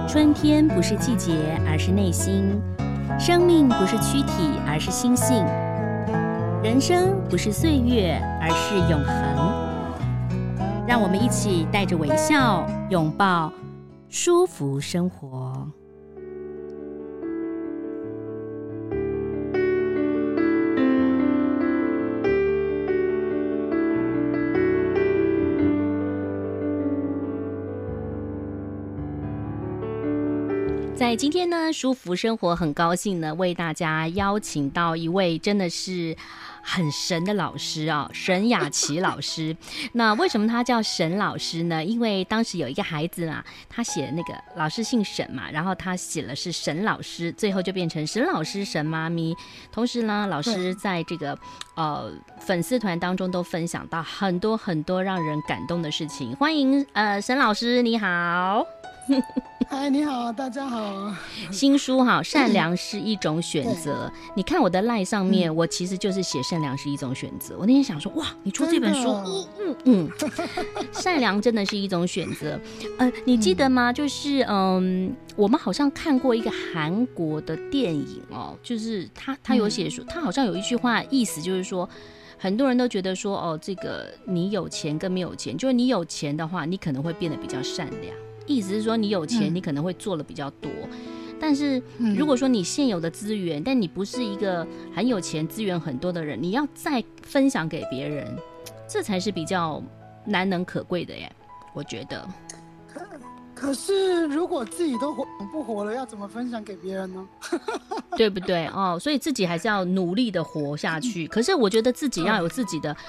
春天不是季节，而是内心；生命不是躯体，而是心性；人生不是岁月，而是永恒。让我们一起带着微笑，拥抱舒服生活。在今天呢，舒服生活很高兴呢，为大家邀请到一位真的是很神的老师啊，沈雅琪老师。那为什么他叫沈老师呢？因为当时有一个孩子嘛，他写那个老师姓沈嘛，然后他写了是沈老师，最后就变成沈老师、沈妈咪。同时呢，老师在这个粉丝团当中都分享到很多很多让人感动的事情。欢迎沈老师，你好。 嗨，你好，大家好。 新书哈，善良是一种选择。你看我的 LINE 上面，我其实就是写善良是一种选择。我那天想说，哇，你出这本书，善良真的是一种选择。你记得吗？就是我们好像看过一个韩国的电影哦，就是他有写说，他好像有一句话，意思就是说。很多人都觉得说，这个你有钱跟没有钱，就是你有钱的话，你可能会变得比较善良。意思是说，你有钱，你可能会做的比较多。但是如果说你现有的资源，但你不是一个很有钱、资源很多的人，你要再分享给别人，这才是比较难能可贵的耶，我觉得。 可是如果自己都不活了，要怎么分享给别人呢？ 对不对？所以自己还是要努力的活下去。可是我觉得自己要有自己的，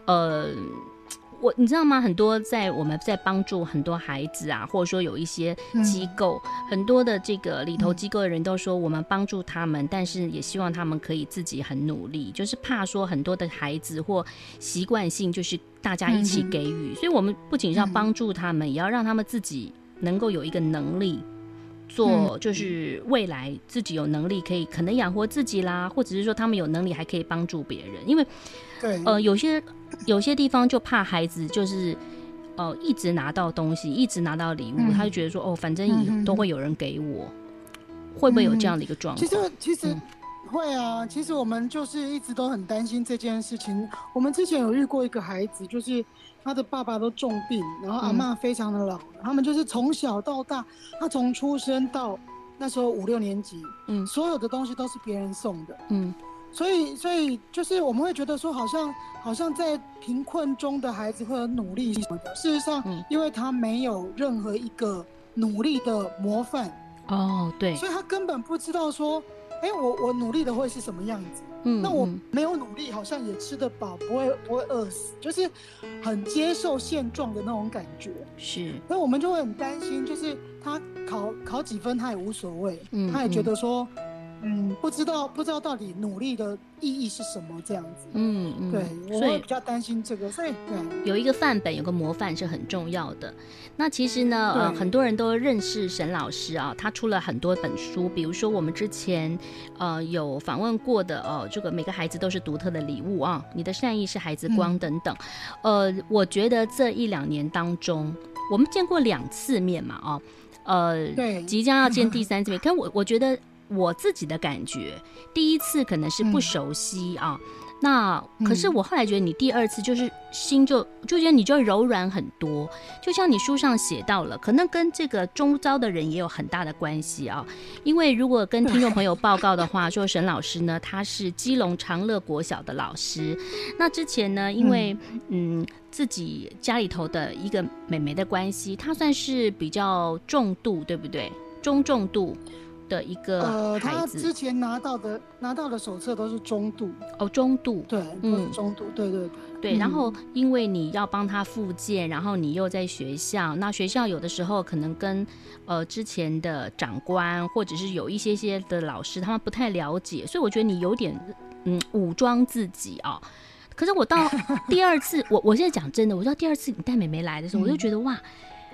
你知道吗？很多我们在帮助很多孩子啊，或者说有一些机构，很多的这个里头机构的人都说，我们帮助他们，但是也希望他们可以自己很努力，就是怕说很多的孩子或习惯性就是大家一起给予，所以我们不仅要帮助他们，也要让他们自己能够有一个能力。做就是未来自己有能力可能养活自己啦，或者是说他们有能力还可以帮助别人，因为有些地方就怕孩子就是一直拿到东西，一直拿到礼物，他就觉得说反正都会有人给我，会不会有这样的一个状况？ 其实会啊，其实我们就是一直都很担心这件事情。我们之前有遇过一个孩子，就是他的爸爸都重病，然后阿嬷非常的老，他们就是从小到大，他从出生到那时候5、6年级，所有的东西都是别人送的，所以就是我们会觉得说，好像在贫困中的孩子会有努力什么的，事实上，因为他没有任何一个努力的模范， 对， 所以他根本不知道说。我努力的会是什么样子？那我没有努力，好像也吃得饱，不会饿死，就是很接受现状的那种感觉。 是， 所以我们就会很担心，就是他考几分他也无所谓，他也觉得说，不知道到底努力的意义是什么这样子。对，我会比较担心这个，所以对， 有一个范本，有个模范是很重要的。那其实呢，很多人都认识沈老师啊，他出了很多本书，比如说我们之前有访问过的这个每个孩子都是独特的礼物啊，你的善意是孩子光等等。我觉得这1、2年当中，我们见过2次面嘛，对，即将要见第3次面，可我觉得。我自己的感觉，第一次可能是不熟悉啊，那可是我后来觉得你第2次就是心就觉得你就柔软很多，就像你书上写到了，可能跟这个周遭的人也有很大的关系啊。因为如果跟听众朋友报告的话，说沈老师呢，他是基隆长乐国小的老师，那之前呢，因为自己家里头的一个妹妹的关系，他算是比较重度，对不对？中重度。的一个孩子， 他之前拿到的手册都是中度中度， 对，中度，对， 然后因为你要帮他复健，然后你又在学校，那学校有的时候可能跟之前的长官或者是有一些的老师他们不太了解，所以我觉得你有点武装自己啊。可是我到第2次，我现在讲真的，我到第2次你带妹妹来的时候，我就觉得哇。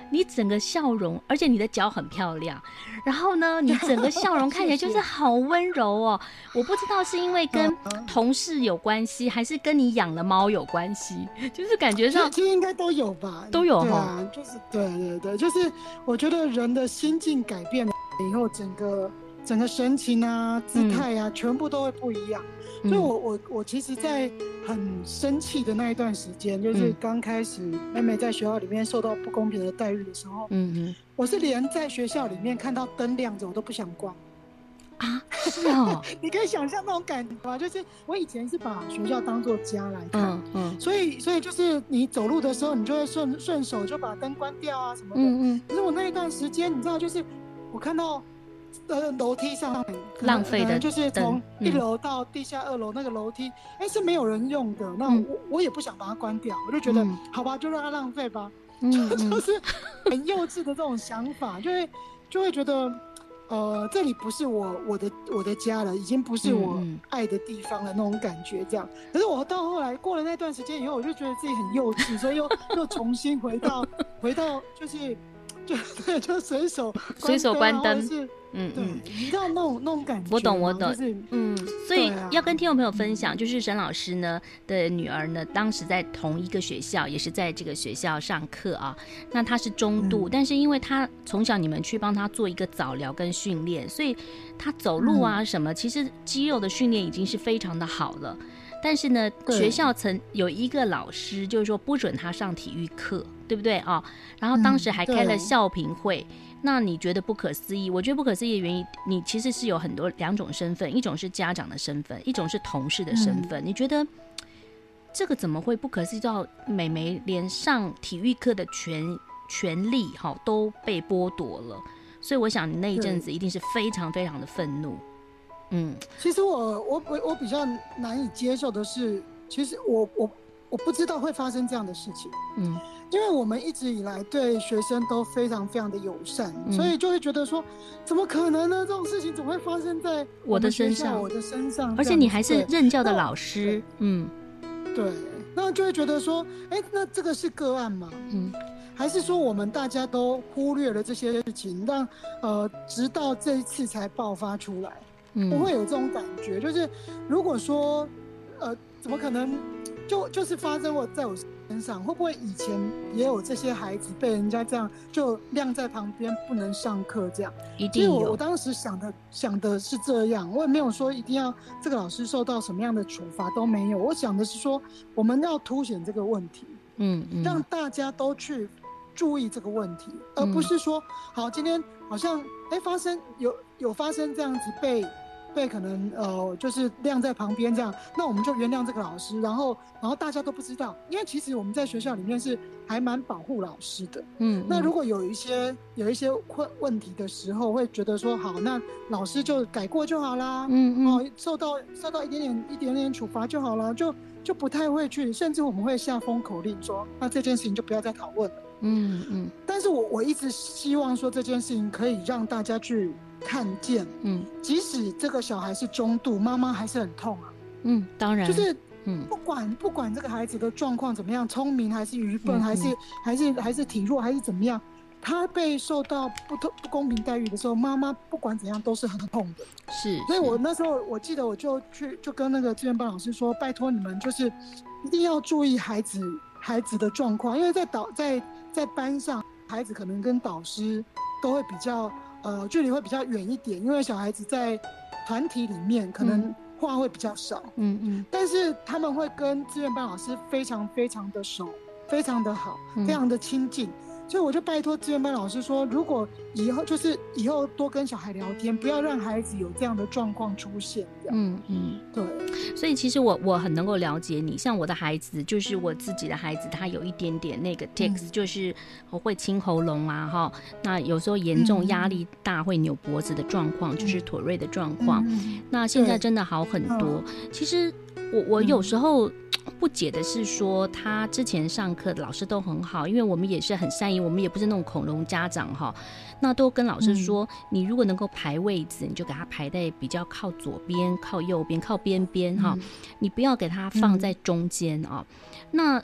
你整个笑容，而且你的脚很漂亮，然后呢，你整个笑容看起来就是好温柔哦。我不知道是因为跟同事有关系，还是跟你养了猫有关系，就是感觉上其实应该都有吧， 都有对啊，就是对，就是我觉得人的心境改变了以后，整个神情啊、姿态啊，全部都会不一样。所以我其实，在很生气的那一段时间，就是刚开始妹妹在学校里面受到不公平的待遇的时候，我是连在学校里面看到灯亮着我都不想关啊，是哦， 你可以想象那种感觉吗？就是我以前是把学校当作家来看，所以就是你走路的时候，你就会顺手就把灯关掉啊什么的，可是我那一段时间，你知道，就是我看到。楼梯上浪费的就是从1楼到地下2楼那个楼梯，是没有人用的。那我也不想把它关掉，我就觉得好吧，就让它浪费吧。就是很幼稚的这种想法，就会觉得这里不是我的家了，已经不是我爱的地方了那种感觉这样。可是我到后来过了那段时间以后，我就觉得自己很幼稚，所以又重新回到就是就随手关灯， 对，你知道那种感觉， 我懂， 就是所以要跟听众朋友分享，就是沈老师呢的女儿呢，当时在同一个学校，也是在这个学校上课啊。那她是中度，但是因为她从小你们去帮她做一个早疗跟训练，所以她走路啊什么，其实肌肉的训练已经是非常的好了。但是呢，学校曾有一个老师就是说不准她上体育课，对不对啊？然后当时还开了校评会。那你觉得不可思议？我觉得不可思议的原因，你其实是有很多2种身份，一种是家长的身份，一种是同事的身份。你觉得这个怎么会不可思议到美眉连上体育课的权利都被剥夺了？所以我想你那一阵子一定是非常非常的愤怒。 其实我比较难以接受的是，其实我不知道会发生这样的事情。因为我们一直以来对学生都非常非常的友善，所以就会觉得说，怎么可能呢？这种事情怎么会发生在我的身上？ 而且你还是任教的老师， 对，那就会觉得说，那这个是个案吗？还是说我们大家都忽略了这些事情，让直到这一次才爆发出来？我会有这种感觉，就是如果说怎么可能就是发生在我身上，会不会以前也有这些孩子被人家这样就晾在旁边不能上课这样？ 一定有。 其实我当时想的是这样，我也没有说一定要这个老师受到什么样的处罚，都没有。我想的是说，我们要凸显这个问题，让大家都去注意这个问题，而不是说好今天好像有发生这样子被可能就是晾在旁边这样，那我们就原谅这个老师，然后大家都不知道，因为其实我们在学校里面是还蛮保护老师的。那如果有一些问题的时候，会觉得说好，那老师就改过就好啦，受到一点点处罚就好了，就不太会去，甚至我们会下封口令说，那这件事情就不要再讨论了。但是我一直希望说这件事情可以让大家去看见，即使这个小孩是中度，妈妈还是很痛啊。 当然， 就是不管这个孩子的状况怎么样，聪明还是愚笨，还是体弱还是怎么样，他被受到不公平待遇的时候，妈妈不管怎样都是很痛的。 是， 所以我那时候我记得我就跟那个志愿班老师说，拜托你们就是一定要注意孩子的状况，因为在班上，孩子可能跟导师都会比较距离会比较远一点，因为小孩子在团体里面可能话会比较少，但是他们会跟志愿班老师非常非常的熟，非常的好，非常的亲近。所以我就拜托志愿班老师说，如果以后多跟小孩聊天，不要让孩子有这样的状况出现。对。 所以其实我很能够了解你，像我的孩子，就是我自己的孩子，他有一点点那个 tics，就是会清喉咙啊，那有时候严重压力大会扭脖子的状况，就是妥瑞的状况。那现在真的好很多。其实我有时候不解的是说，他之前上课的老师都很好，因为我们也是很善意，我们也不是那种恐龙家长那都跟老师说，你如果能够排位置，你就给他排在比较靠左边、靠右边、靠边边你不要给他放在中间那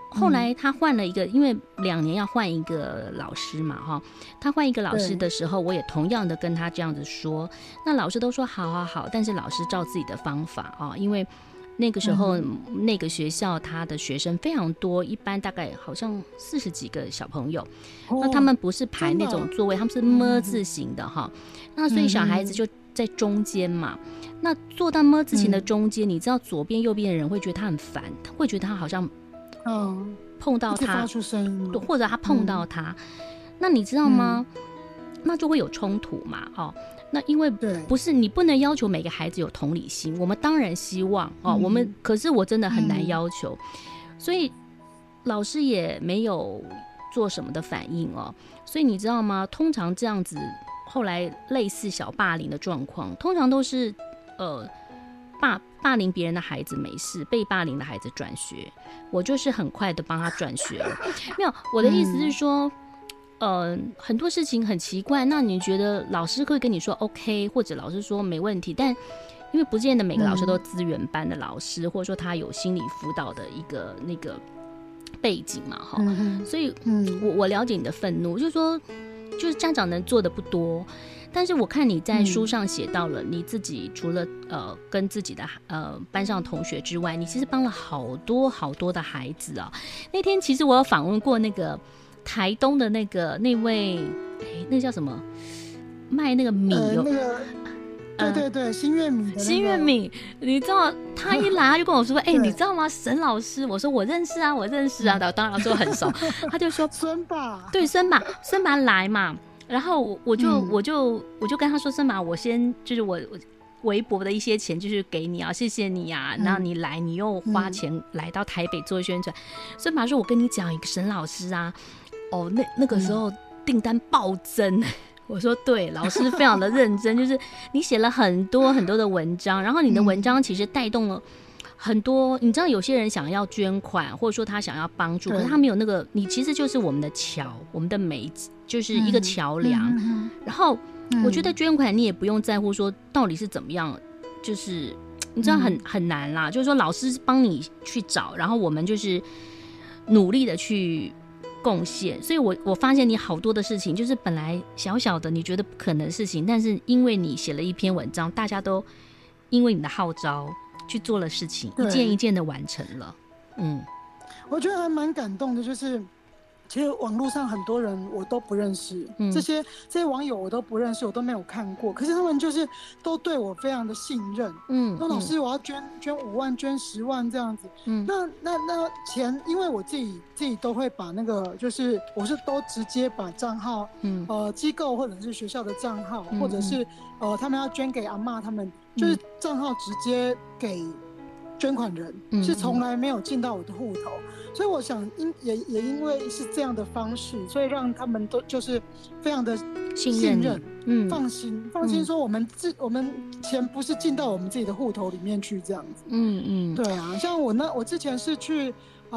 后来他换了一个，因为2年要换一个老师嘛，哈，他换一个老师的时候，我也同样的跟他这样子说，那老师都说好好好，但是老师照自己的方法啊，因为那个时候那个学校他的学生非常多，一般大概好像40几个小朋友，那他们不是排那种座位，他们是么字形的哈，那所以小孩子就在中间嘛，那坐到么字形的中间，你知道左边右边的人会觉得他很烦，会觉得他好像碰到他， 发出声音， 或者他碰到他，那你知道吗？那就会有冲突嘛，哦。那因为不是你不能要求每个孩子有同理心，我们当然希望哦，我们可是我真的很难要求，所以老师也没有做什么的反应哦。所以你知道吗？通常这样子，后来类似小霸凌的状况，通常都是霸凌别人的孩子没事，被霸凌的孩子转学，我就是很快的帮他转学了。没有，我的意思是说。很多事情很奇怪，那你觉得老师会跟你说 OK， 或者老师说没问题，但因为不见得每个老师都资源班的老师，或者说他有心理辅导的一个那个背景嘛，哈，所以我了解你的愤怒，就是说，就是家长能做的不多，但是我看你在书上写到了你自己除了跟自己的班上同学之外，你其实帮了好多好多的孩子啊。那天其实我有访问过那个。台东的那位，那叫什么？卖那个米有那个，对，新月米的、那个。 新月米，你知道他一来他就跟我说，你知道吗？沈老师，我说我认识啊，当然说很熟，他就说孙爸， 对，孙爸来嘛，然后我就跟他说，孙爸，我先就是我微薄的一些钱就是给你啊，谢谢你啊，然后你来，你又花钱来到台北做宣传，孙爸说，我跟你讲一个沈老师啊。哦，那个时候订单暴增，我说对，老师非常的认真，就是你写了很多很多的文章，然后你的文章其实带动了很多，你知道有些人想要捐款，或者说他想要帮助，可是他没有那个，你其实就是我们的桥，我们的媒，就是一个桥梁。然后我觉得捐款你也不用在乎说到底是怎么样，就是你知道很难啦，就是说老师帮你去找，然后我们就是努力的去。贡献，所以我发现你好多的事情，就是本来小小的你觉得不可能的事情，但是因为你写了一篇文章，大家都因为你的号召去做了事情，一件一件的完成了。 我觉得还蛮感动的，就是其实网络上很多人我都不认识，这些网友我都不认识，我都没有看过，可是他们就是都对我非常的信任，说老师我要捐5万，捐10万这样子，那钱，因为我自己都会把那个，就是我是都直接把账号，机构或者是学校的账号，或者是他们要捐给阿嬷，他们就是账号直接给捐款人，是从来没有进到我的户头。所以我想也因为是这样的方式，所以让他们都就是非常的信任，放心说我们钱不是进到我们自己的户头里面去这样子。对啊，像我之前是去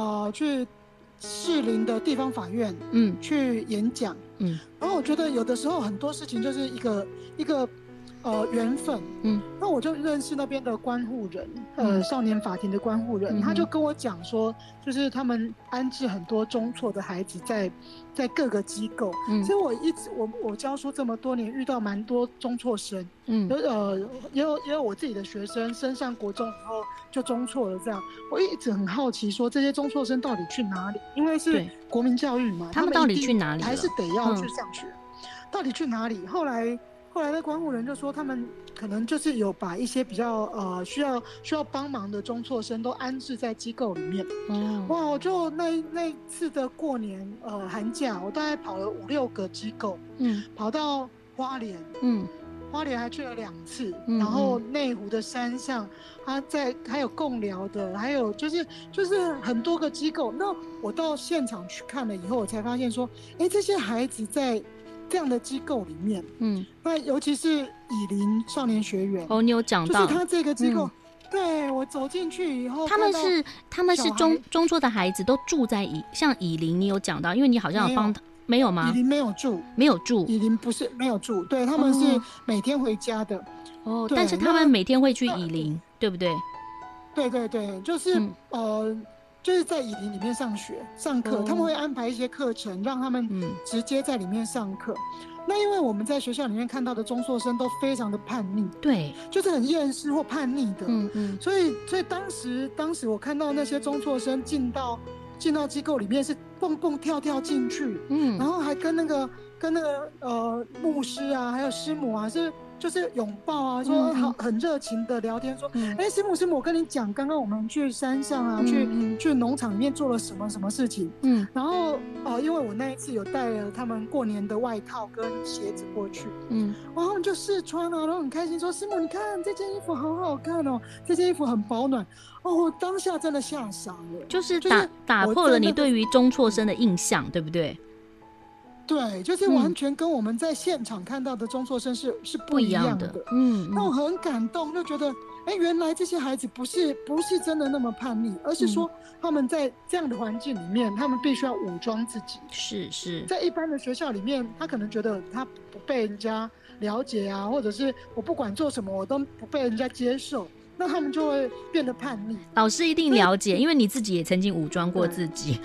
士林的地方法院去演讲，然后我觉得有的时候很多事情就是一个缘分，那我就认识那边的关护人，少年法庭的关护人，他就跟我讲说，就是他们安置很多中辍的孩子在各个机构，所以我教书这么多年，遇到蛮多中辍生，也有我自己的学生升上国中以后就中辍了，这样我一直很好奇说这些中辍生到底去哪里，因为是国民教育嘛， 他们到底去哪里了？ 还是得要去上学，到底去哪里？后来那关护人就说，他们可能就是有把一些比较需要帮忙的中辍生都安置在机构里面。哇，我就那次的过年寒假，我大概跑了5-6个机构，跑到花莲，花莲还去了2次，然后内湖的山上，还有共疗的，还有就是很多个机构。那我到现场去看了以后，我才发现说，这些孩子在这样的机构里面，那尤其是以林少年学园， 你有讲到， 就是他这个机构，对，我走进去以后， 他们是中辍的孩子都住在像以林，你有讲到，因为你好像有帮他，没有吗？ 以林没有住，以林不是没有住，对，他们是每天回家的， 但是他们每天会去以林，对不对？ 对，就是就是在以林里面上课，他们会安排一些课程让他们直接在里面上课。那因为我们在学校里面看到的中辍生都非常的叛逆， 对， 就是很厌世或叛逆的，所以当时我看到那些中辍生进到机构里面是蹦蹦跳跳进去，然后还跟那个牧师啊，还有师母啊，就是拥抱啊，说很热情的聊天，说，师母，我跟你讲，刚刚我们去山上啊，去农场里面做了什么什么事情，然后因为我那一次有带了他们过年的外套跟鞋子过去，然后他们就试穿啊，然后很开心说，师母你看这件衣服好好看哦，这件衣服很保暖，我当下真的吓傻了， 就是打破了你对于中辍生的印象，对不对？ 对，就是完全跟我们在现场看到的中辍生是不一样的。那我很感动，就觉得，原来这些孩子不是真的那么叛逆，而是说他们在这样的环境里面，他们必须要武装自己。是，在一般的学校里面，他可能觉得他不被人家了解啊，或者是我不管做什么，我都不被人家接受，那他们就会变得叛逆。 老师一定了解，因为你自己也曾经武装过自己。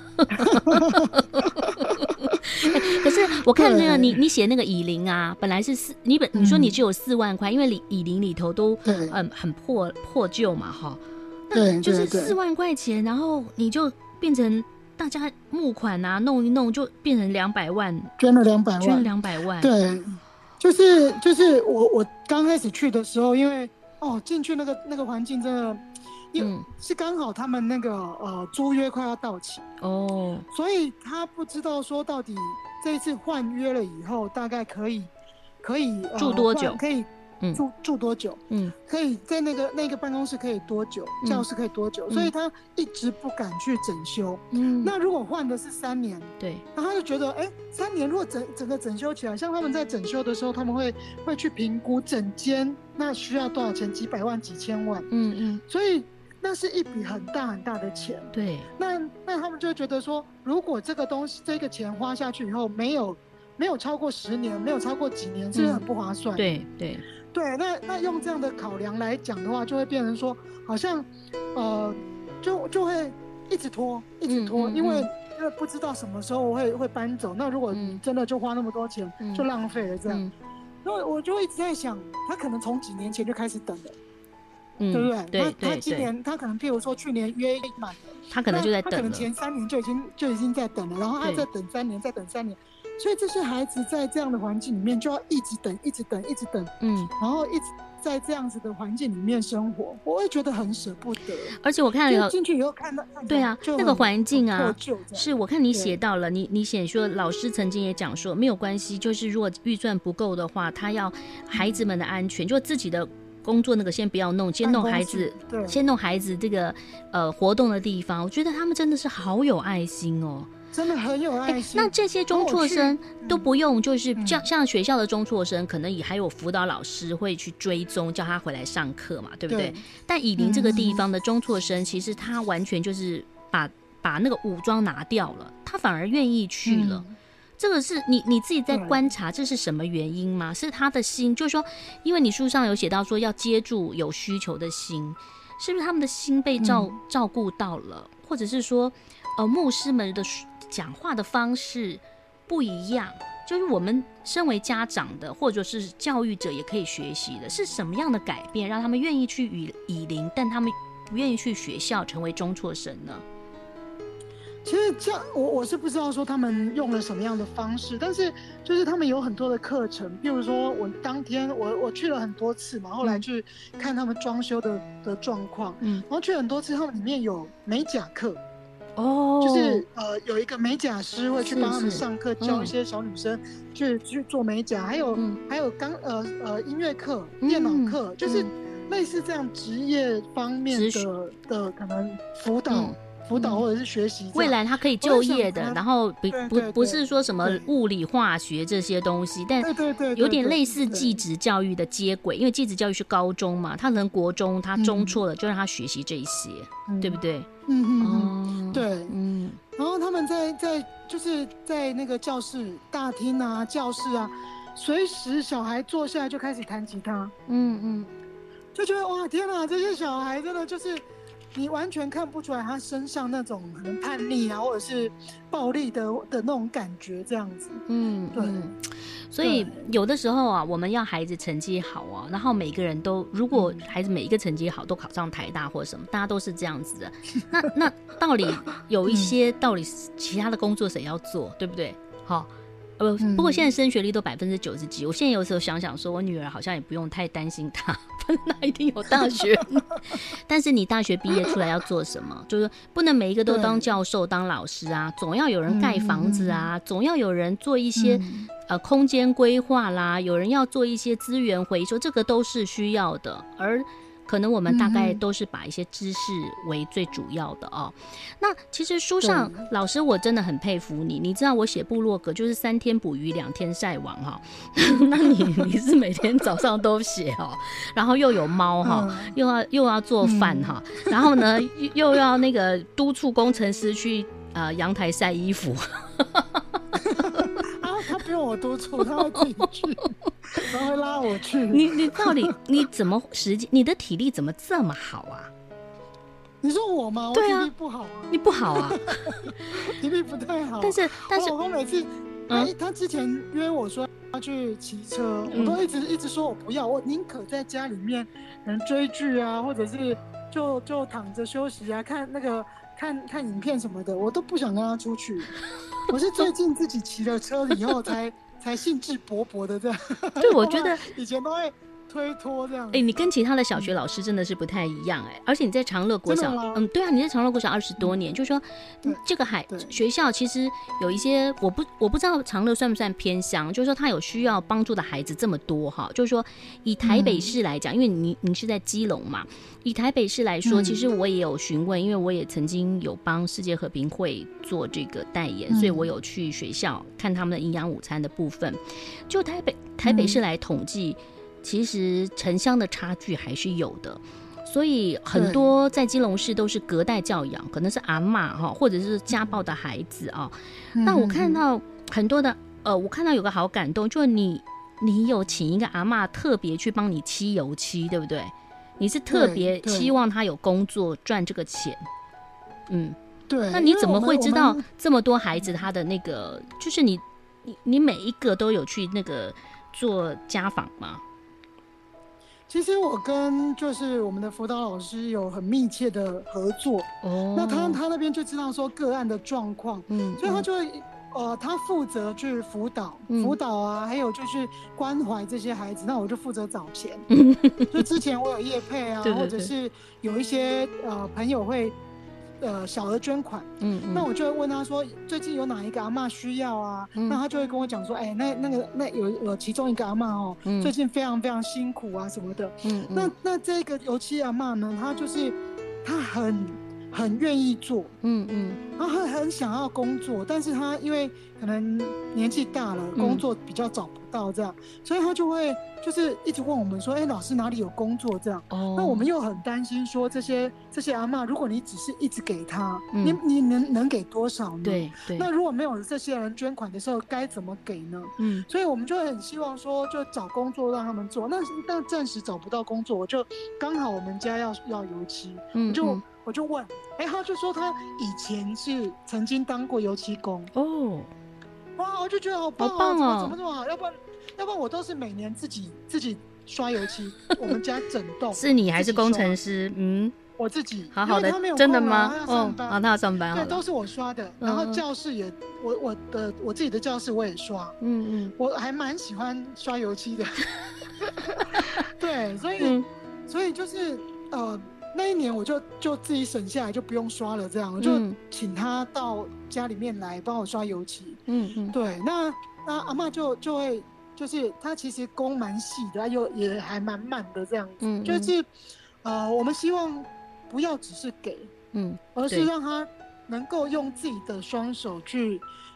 可是我看那个你写那个以林啊，本来是你说你只有4万块，因为以林里头都很破旧嘛，哈，那就是4万块钱，然后你就变成大家募款啊，弄一弄就变成200万， 捐了200万，对，就是我刚开始去的时候，因为进去那个环境真的。因为是刚好他们那个租约快要到期所以他不知道说到底这一次换约了以后大概可以住多久， 可以住多久，可以在那个办公室可以多久，教室可以多久，所以他一直不敢去整修。那如果换的是3年， 对， 然后他就觉得3年如果整个整修起来，像他们在整修的时候，他们会去评估整间那需要多少钱，几百万几千万，所以那是一笔很大很大的钱。 对， 那他们就觉得说，如果这个钱花下去以后没有超过10年，没有超过几年，是不是很不划算？ 对， 那用这样的考量来讲的话，就会变成说，好像就会一直拖，因为不知道什么时候会搬走。那如果你真的就花那么多钱，就浪费了这样。那我就一直在想，他可能从几年前就开始等了。对不对？ 对， 他今年他可能譬如说去年约满了， 他可能就在等了， 他可能前3年就已经在等了，然后他再等3年，再等3年，所以这些孩子在这样的环境里面就要一直等，然后一直在这样子的环境里面生活，我会觉得很舍不得。 而且我看了进去以后看到， 对啊，那个环境啊，是我看你写到了，你写说老师曾经也讲说没有关系，就是如果预算不够的话，他要孩子们的安全，就自己的工作那个先不要弄，先弄孩子这个活动的地方。我觉得他们真的是好有爱心哦， 真的很有爱心。 那这些中辍生都不用，就是像学校的中辍生，可能也还有辅导老师会去追踪，叫他回来上课嘛，对不对？但以林这个地方的中辍生，其实他完全就是把那个武装拿掉了，他反而愿意去了。这个是你自己在观察，这是什么原因吗？是他的心，就是说，因为你书上有写到说要接住有需求的心，是不是他们的心被照顾到了，或者是说，牧师们的讲话的方式不一样，就是我们身为家长的或者是教育者也可以学习的，是什么样的改变让他们愿意去以林，但他们不愿意去学校成为中辍生呢？ 其实这样，我是不知道说他们用了什么样的方式，但是就是他们有很多的课程，比如说我当天我去了很多次嘛，后来去看他们装修的状况，然后去很多次，他们里面有美甲课，就是有一个美甲师会去帮他们上课，教一些小女生去做美甲，还有音乐课、电脑课，就是类似这样职业方面的可能辅导或者是学习， 未来他可以就业的，然后不是说什么物理化学这些东西，但有点类似技职教育的接轨，因为技职教育是高中嘛，他可能国中他中辍了，就让他学习这些，对不对？ 对，然后他们就是在那个教室大厅啊、教室啊，随时小孩坐下来就开始弹吉他，就觉得哇天哪，这些小孩真的就是你完全看不出来他身上那种可能叛逆啊，或者是暴力的那种感觉，这样子。对。 所以有的时候啊，我们要孩子成绩好啊，然后每个人都，如果孩子每一个成绩好都考上台大或什么，大家都是这样子的，那到底有一些到底其他的工作谁要做，对不对？好。不过现在升学率都90%几，我现在有时候想想说，我女儿好像也不用太担心她，她一定有大学。但是你大学毕业出来要做什么？就是不能每一个都当教授、当老师啊，总要有人盖房子啊，总要有人做一些空间规划啦，有人要做一些资源回收，这个都是需要的。而可能我们大概都是把一些知识为最主要的哦。那其实书上老师我真的很佩服你，你知道我写部落格就是3天捕鱼2天晒网哈，那你是每天早上都写哦，然后又有猫哈，又要做饭哈，然后呢又要那个督促工程师去阳台晒衣服。 他不用我督促，他会自己去，然后会拉我去。 你到底你怎么你的体力怎么这么好啊？ 你说我吗？ 对啊， 我体力不好啊。 你不好啊， 体力不太好。 但是我每次他之前约我说要去骑车，我都一直说我不要，我宁可在家里面追剧啊，或者是就躺着休息啊，看影片什么的，我都不想跟他出去。我是最近自己骑了车以后才兴致勃勃的这样。 对，我觉得以前都会推脱这样。 你跟其他的小学老师真的是不太一样而且你在长乐国小，对啊，你在长乐国小20多年，就是说这个学校其实有一些我不知道长乐算不算偏乡，就是说他有需要帮助的孩子这么多哈，就是说以台北市来讲，因为你是在基隆嘛。以台北市来说，其实我也有询问，因为我也曾经有帮世界和平会做这个代言，所以我有去学校看他们的营养午餐的部分。就台北市来统计，其实城乡的差距还是有的，所以很多在基隆市都是隔代教养，可能是阿嬷或者是家暴的孩子啊。那我看到很多的我看到有个好感动，就是你有请一个阿嬷特别去帮你漆油漆，对不对？你是特别希望他有工作赚这个钱， 对。 那你怎么会知道这么多孩子他的那个，就是你每一个都有去那个做家访吗？ 其实我跟就是我们的辅导老师有很密切的合作，那他那边就知道说个案的状况，所以他就会。他负责去辅导啊，还有就是关怀这些孩子，那我就负责找钱。就之前我有业配啊，或者是有一些朋友会小额捐款，那我就会问他说最近有哪一个阿嬷需要啊？那他就会跟我讲说，那有其中一个阿嬷最近非常非常辛苦啊什么的。那这个油漆阿嬷呢，她就是她很愿意做，他很想要工作，但是他因为可能年纪大了，工作比较找不到这样，所以他就会就是一直问我们说，老师哪里有工作这样？那我们又很担心说这些阿嬷，如果你只是一直给他，你能给多少呢？ 对。 那如果没有这些人捐款的时候，该怎么给呢？所以我们就会很希望说，就找工作让他们做。那暂时找不到工作，我就刚好我们家要油漆，我就问，他就说他以前是曾经当过油漆工哇，我就觉得好棒怎么这么好？要不然我都是每年自己刷油漆，我们家整栋是你还是工程师？ 我自己好好的，真的吗？他要上班， 对，都是我刷的。然后教室也，我自己的教室我也刷，我还蛮喜欢刷油漆的，对，所以就是那一年我就自己省下来，就不用刷了，这样我就请他到家里面来帮我刷油漆。对，那阿嬷就会就是他其实工蛮细的，也还蛮慢的这样子。就是我们希望不要只是给，而是让他能够用自己的双手去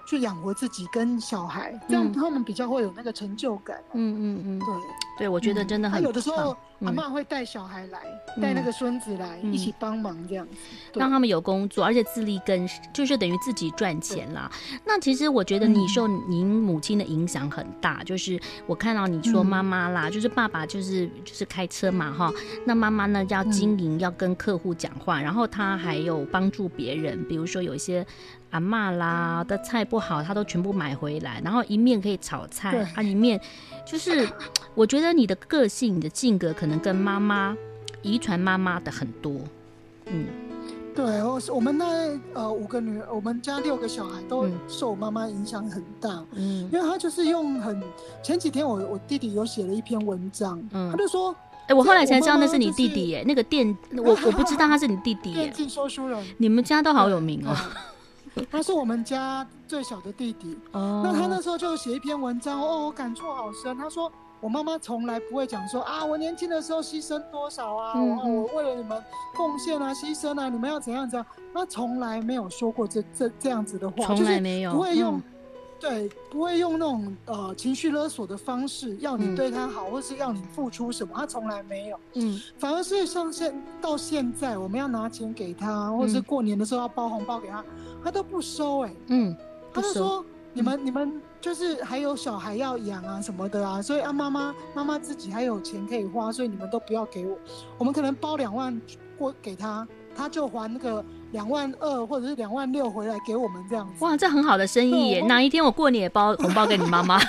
去养活自己跟小孩，这样他们比较会有那个成就感。 对，我觉得真的很棒。 有的时候阿嬷会带小孩来，带那个孙子来一起帮忙，这样子让他们有工作，而且自力更生，就是等于自己赚钱啦。那其实我觉得你受您母亲的影响很大，就是我看到你说妈妈啦，就是爸爸就是开车嘛哈，那妈妈呢要经营，要跟客户讲话，然后他还有帮助别人，比如说有一些阿嬷啦的菜不好，他都全部买回来，然后一面可以炒菜啊，一面就是我觉得你的个性、你的性格可能跟妈妈遗传妈妈的很多。 对，我们那5个女儿，我们家6个小孩都受我妈妈影响很大。因为她就是用前几天我弟弟有写了一篇文章，他就说。 我后来才知道那是你弟弟耶，那个我不知道他是你弟弟耶。 电竞说书人， 你们家都好有名哦。 他是我们家最小的弟弟。那他那时候就写一篇文章，我感触好深。他说我妈妈从来不会讲说啊，我年轻的时候牺牲多少啊，我为了你们奉献啊，牺牲啊，你们要怎样怎样。他从来没有说过这样子的话， 从来没有， 就是不会用。对，不会用那种情绪勒索的方式要你对他好，或是要你付出什么，他从来没有。反而是像到现在，我们要拿钱给他，或者是过年的时候要包红包给他，他都不收。他就说你们就是还有小孩要养啊什么的啊，所以妈妈自己还有钱可以花，所以你们都不要给我，我们可能包2万过给他。他就还那个2万2或者是2万6回来给我们这样子。 哇，这很好的生意耶！哪一天我过年也包红包给你妈妈。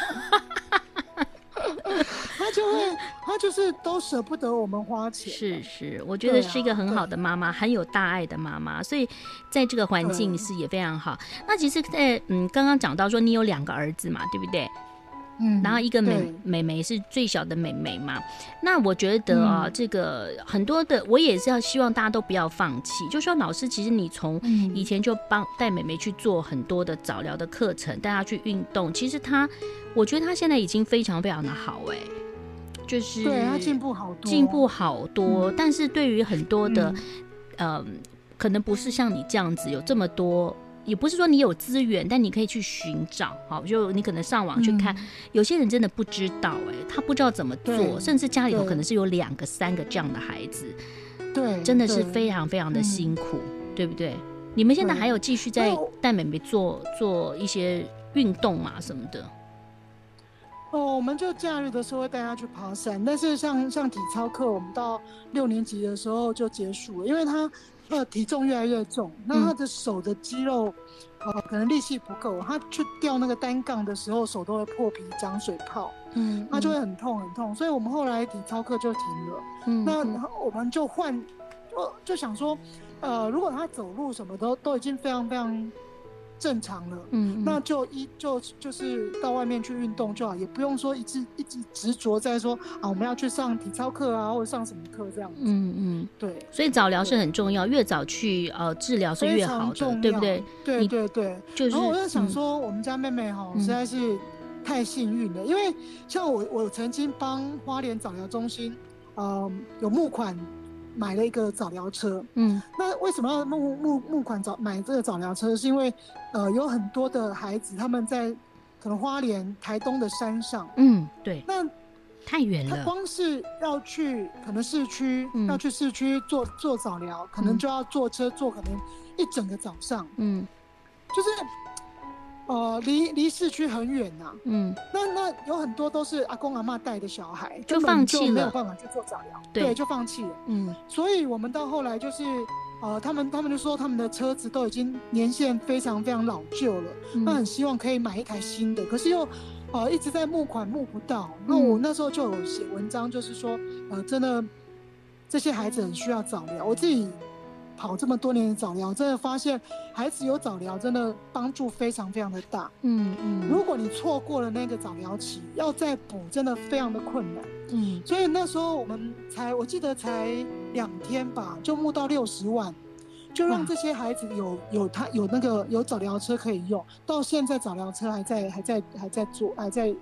他就是都舍不得我们花钱。 是，我觉得是一个很好的妈妈，很有大爱的妈妈，所以在这个环境是也非常好。那其实在刚刚讲到说你有2个儿子嘛，对不对？然后一个妹妹是最小的妹妹嘛，那我觉得这个很多的，我也是要希望大家都不要放弃。就说老师，其实你从以前就带妹妹去做很多的早疗的课程，带她去运动，其实我觉得她现在已经非常非常的好就是对她进步好多， 但是对于很多的可能不是像你这样子有这么多。也不是说你有资源，但你可以去寻找，好，就你可能上网去看，有些人真的不知道，他不知道怎么做，甚至家里头可能是有2个、3个这样的孩子，对，真的是非常非常的辛苦，对不对？你们现在还有继续在带妹妹做一些运动嘛什么的？ 我们就假日的时候会带她去爬山，但是像体操课，我们到6年级的时候就结束了，因为她体重越来越重，那他的手的肌肉，可能力气不够，他去吊那个单杠的时候，手都会破皮长水泡，他就会很痛很痛，所以我们后来体操课就停了。那我们就就想说，如果他走路什么都已经非常非常正常了，那就是到外面去运动就好，也不用说一直执着在说我们要去上体操课啊，或者上什么课这样子。对， 所以早疗是很重要，越早去治疗是越好的，对不对？ 对。然后我就想说，我们家妹妹实在是太幸运了，因为像我曾经帮花莲早疗中心有募款。买了一个早疗车，那为什么要募款买这个早疗车？是因为有很多的孩子他们在可能花莲、台东的山上， 对， 那太远了。 他光是要去可能市区，要去市区做早疗，可能就要坐车坐可能一整个早上，就是离市区很远呐，那有很多都是阿公阿嬷带的小孩， 就放弃了， 没有办法去做早疗，对，就放弃了，所以我们到后来就是他们就说他们的车子都已经年限非常非常老旧了，那很希望可以买一台新的，可是又一直在募款募不到，那我那时候就有写文章，就是说真的这些孩子很需要早疗，我自己跑这么多年的早疗，真的发现孩子有早疗真的帮助非常非常的大。如果你错过了那个早疗期，要再补真的非常的困难。所以那时候我记得才2天吧，就募到60万，就让这些孩子有早疗车可以用。到现在早疗车还在做，还在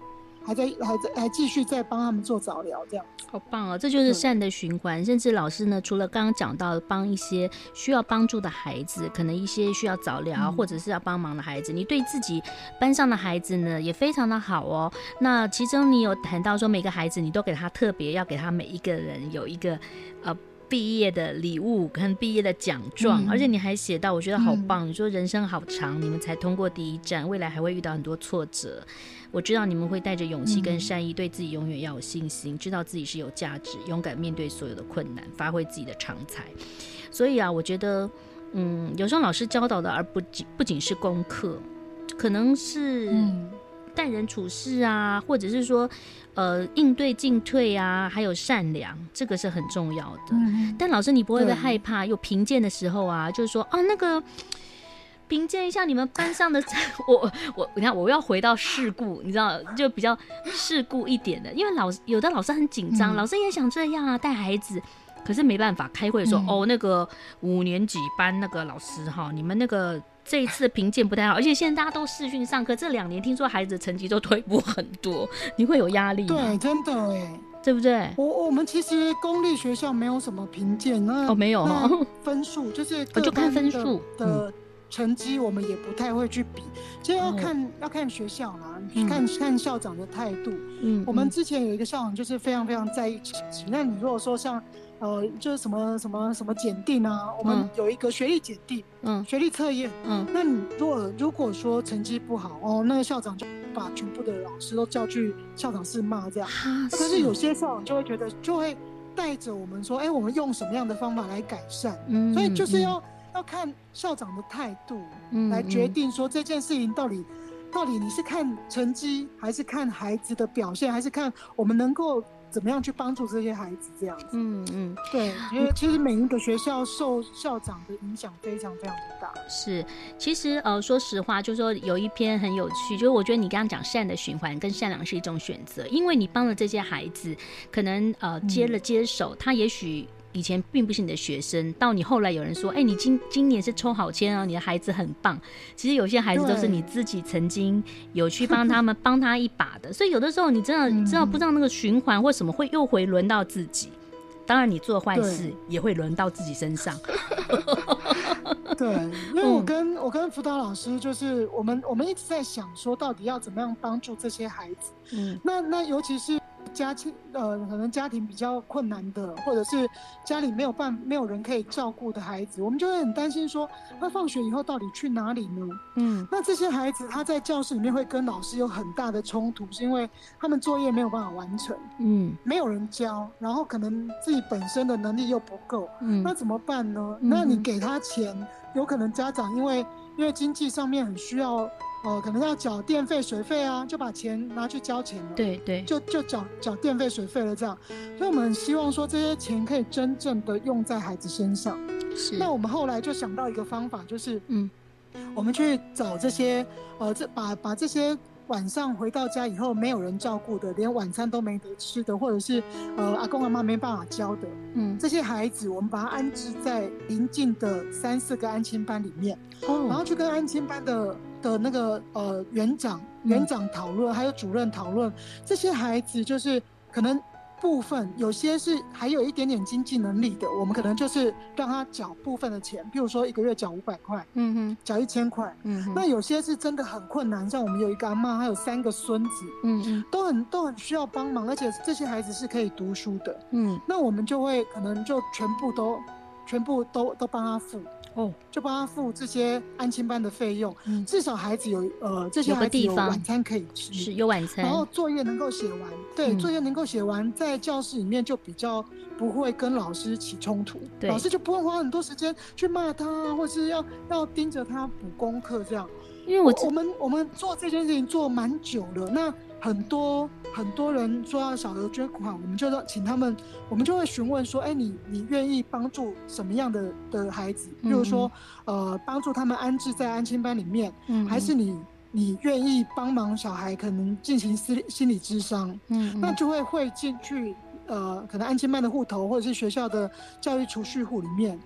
还继续在帮他们做早疗这样。 好棒哦，这就是善的循环。甚至老师呢，除了刚刚讲到帮一些需要帮助的孩子，可能一些需要早疗或者是要帮忙的孩子，你对自己班上的孩子呢也非常的好哦。那其中你有谈到说，每个孩子你都给他特别要给他每一个人有一个毕业的礼物跟毕业的奖状，而且你还写到，我觉得好棒。你说人生好长，你们才通过第一站，未来还会遇到很多挫折。我知道你们会带着勇气跟善意，对自己永远要有信心，知道自己是有价值，勇敢面对所有的困难，发挥自己的长才。所以啊，我觉得，有时候老师教导的，而不仅是功课，可能是待人处事啊，或者是说，应对进退啊，还有善良，这个是很重要的。但老师，你不会害怕有评鉴的时候啊，就是说啊，那个。评鉴一下你们班上的你看我要回到事故，你知道就比较事故一点的，因为有的老师很紧张，老师也想这样啊带孩子，可是没办法开会说那个5年级班那个老师哈，你们那个这一次的评鉴不太好，而且现在大家都视讯上课，这2年听说孩子的成绩都退步很多，你会有压力吗？ 对，真的哎， 对不对？ 我们其实公立学校没有什么评鉴， 没有哈， 分数就是就看分数的成绩，我们也不太会去比，其实要看学校啦，看校长的态度。我们之前有一个校长就是非常非常在意成绩，那你如果说像就是什么检定啊，我们有一个学历检定，学历测验，那你如果说成绩不好那个校长就把全部的老师都叫去校长室骂这样。可是有些校长就会觉得，就会带着我们说，我们用什么样的方法来改善？所以就是要看校长的态度来决定说这件事情到底你是看成绩，还是看孩子的表现，还是看我们能够怎么样去帮助这些孩子这样子。对，因为其实每一个学校受校长的影响非常非常的大。是， 其实说实话，就是说有一篇很有趣，就是我觉得你刚刚讲善的循环跟善良是一种选择，因为你帮了这些孩子，可能接手，他也许以前并不是你的学生，到你后来有人说你今年是抽好签啊，你的孩子很棒。其实有些孩子都是你自己曾经有去帮他们帮他一把的，所以有的时候你真的知道不知道那个循环或什么会又回轮到自己，当然你做坏事也会轮到自己身上。 对，因为我跟辅导老师就是我们一直在想说到底要怎么样帮助这些孩子。那尤其是可能家庭比较困难的，或者是家里没有人可以照顾的孩子，我们就会很担心说他放学以后到底去哪里呢？那这些孩子他在教室里面会跟老师有很大的冲突，是因为他们作业没有办法完成，没有人教，然后可能自己本身的能力又不够，那怎么办呢？那你给他钱，有可能家长因为经济上面很需要。可能要缴电费水费啊，就把钱拿去交钱了， 对， 就缴电费水费了这样。所以我们很希望说这些钱可以真正的用在孩子身上。是。那我们后来就想到一个方法，就是我们去找这些把这些晚上回到家以后没有人照顾的，连晚餐都没得吃的，或者是阿公阿妈没办法教的，这些孩子我们把他安置在邻近的3-4个安亲班里面，然后去跟安亲班的那个园长讨论，还有主任讨论，这些孩子就是可能部分有些是还有一点点经济能力的，我们可能就是让他缴部分的钱，比如说1个月缴500块，缴1000块，那有些是真的很困难，像我们有一个阿嬷，还有3个孙子，都很需要帮忙，而且这些孩子是可以读书的，那我们就会可能就全部都帮他付。就帮他付这些安亲班的费用，至少孩子这些孩子有晚餐可以吃， 是有晚餐， 然后作业能够写完，对，作业能够写完，在教室里面就比较不会跟老师起冲突，老师就不会花很多时间去骂他，或是要盯着他补功课这样。因为我们做这件事情做蛮久了，那很多人说要小额捐款，我们就请他们，我们就会询问说，你愿意帮助什么样的孩子？比如说，帮助他们安置在安亲班里面，还是你愿意帮忙小孩可能进行心理咨商？那就会进去可能安亲班的户头或者是学校的教育储蓄户里面。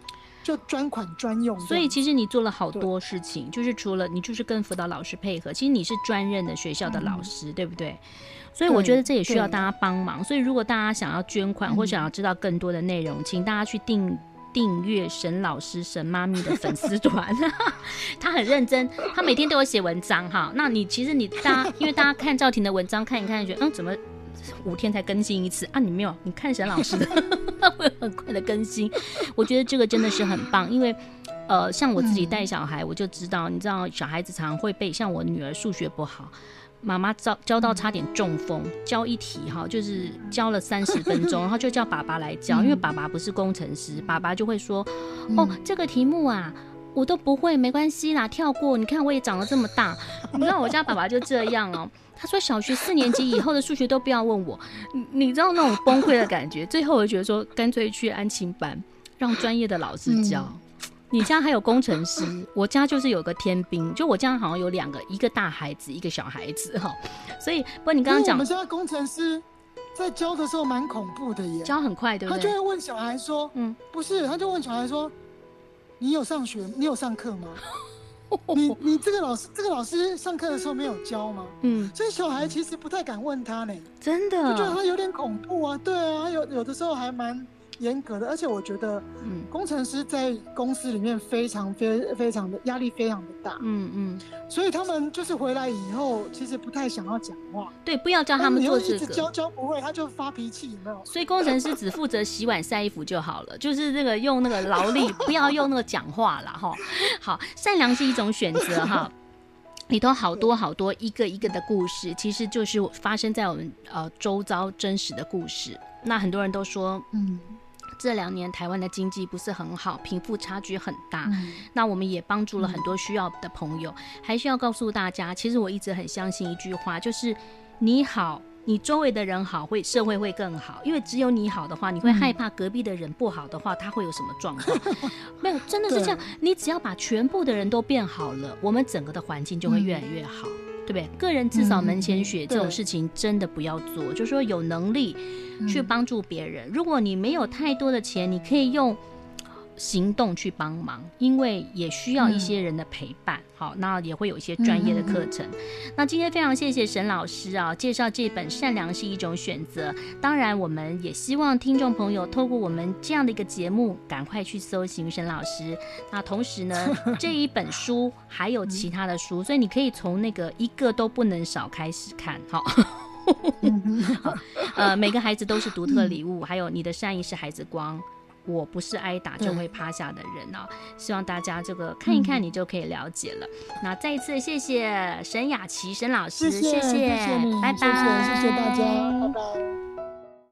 就专款专用。 所以其实你做了好多事情，就是除了你就是跟辅导老师配合，其实你是专任的学校的老师，对不对？所以我觉得这也需要大家帮忙。所以如果大家想要捐款或想要知道更多的内容，请大家去订阅沈老师沈妈咪的粉丝团他很认真，他每天都有写文章哈。那你其实因为大家看赵婷的文章看一看觉得怎么5天才更新一次啊？你没有，你看沈老师的会很快的更新。我觉得这个真的是很棒，因为像我自己带小孩，我就知道，你知道小孩子常会背，像我女儿数学不好，妈妈教到差点中风，教一题就是教了30分钟，然后就叫爸爸来教，因为爸爸不是工程师，爸爸就会说，这个题目啊我都不会，没关系啦，跳过。你看我也长得这么大，你知道我家爸爸就这样哦。他说小学4年级以后的数学都不要问我，你知道那种崩溃的感觉。最后我就觉得说，干脆去安亲班，让专业的老师教。你家还有工程师，我家就是有个天兵，就我家好像有2个，一个大孩子，一个小孩子哈。所以，不过你刚刚讲， 我们家工程师在教的时候蛮恐怖的耶， 教很快，对不对？ 他就会问小孩说，不是，他就问小孩说，你有上课吗？你这个老师上课的时候没有教吗？所以小孩其实不太敢问他呢，真的，我觉得他有点恐怖啊。对啊，有的时候还蛮严格的，而且我觉得，工程师在公司里面非常的压力非常的大，所以他们就是回来以后，其实不太想要讲话。对，不要叫他们做这个。一直教不会，他就发脾气，有没有？所以工程师只负责洗碗晒衣服就好了，就是那个用那个劳力，不要用那个讲话啦哈。好，善良是一种选择哈。里头好多一个一个的故事，其实就是发生在我们周遭真实的故事。那很多人都说，这2年台湾的经济不是很好，贫富差距很大，那我们也帮助了很多需要的朋友。还需要告诉大家，其实我一直很相信一句话，就是你好，你周围的人好，社会会更好。因为只有你好的话，你会害怕隔壁的人不好的话，他会有什么状况？没有，真的是这样。你只要把全部的人都变好了，我们整个的环境就会越来越好。对不对？个人至少门前雪，这种事情真的不要做。就是说有能力去帮助别人，如果你没有太多的钱，你可以用行动去帮忙，因为也需要一些人的陪伴。好，那也会有一些专业的课程。那今天非常谢谢沈老师啊，介绍这本《善良是一种选择》。当然，我们也希望听众朋友透过我们这样的一个节目，赶快去搜寻沈老师。那同时呢，这一本书还有其他的书，所以你可以从那个一个都不能少开始看。好。每个孩子都是独特礼物，还有你的善意是孩子光。我不是挨打就会趴下的人啊！希望大家这个看一看，你就可以了解了。那再一次谢谢沈雅琪沈老师，谢谢你，拜拜， 谢谢大家，拜拜。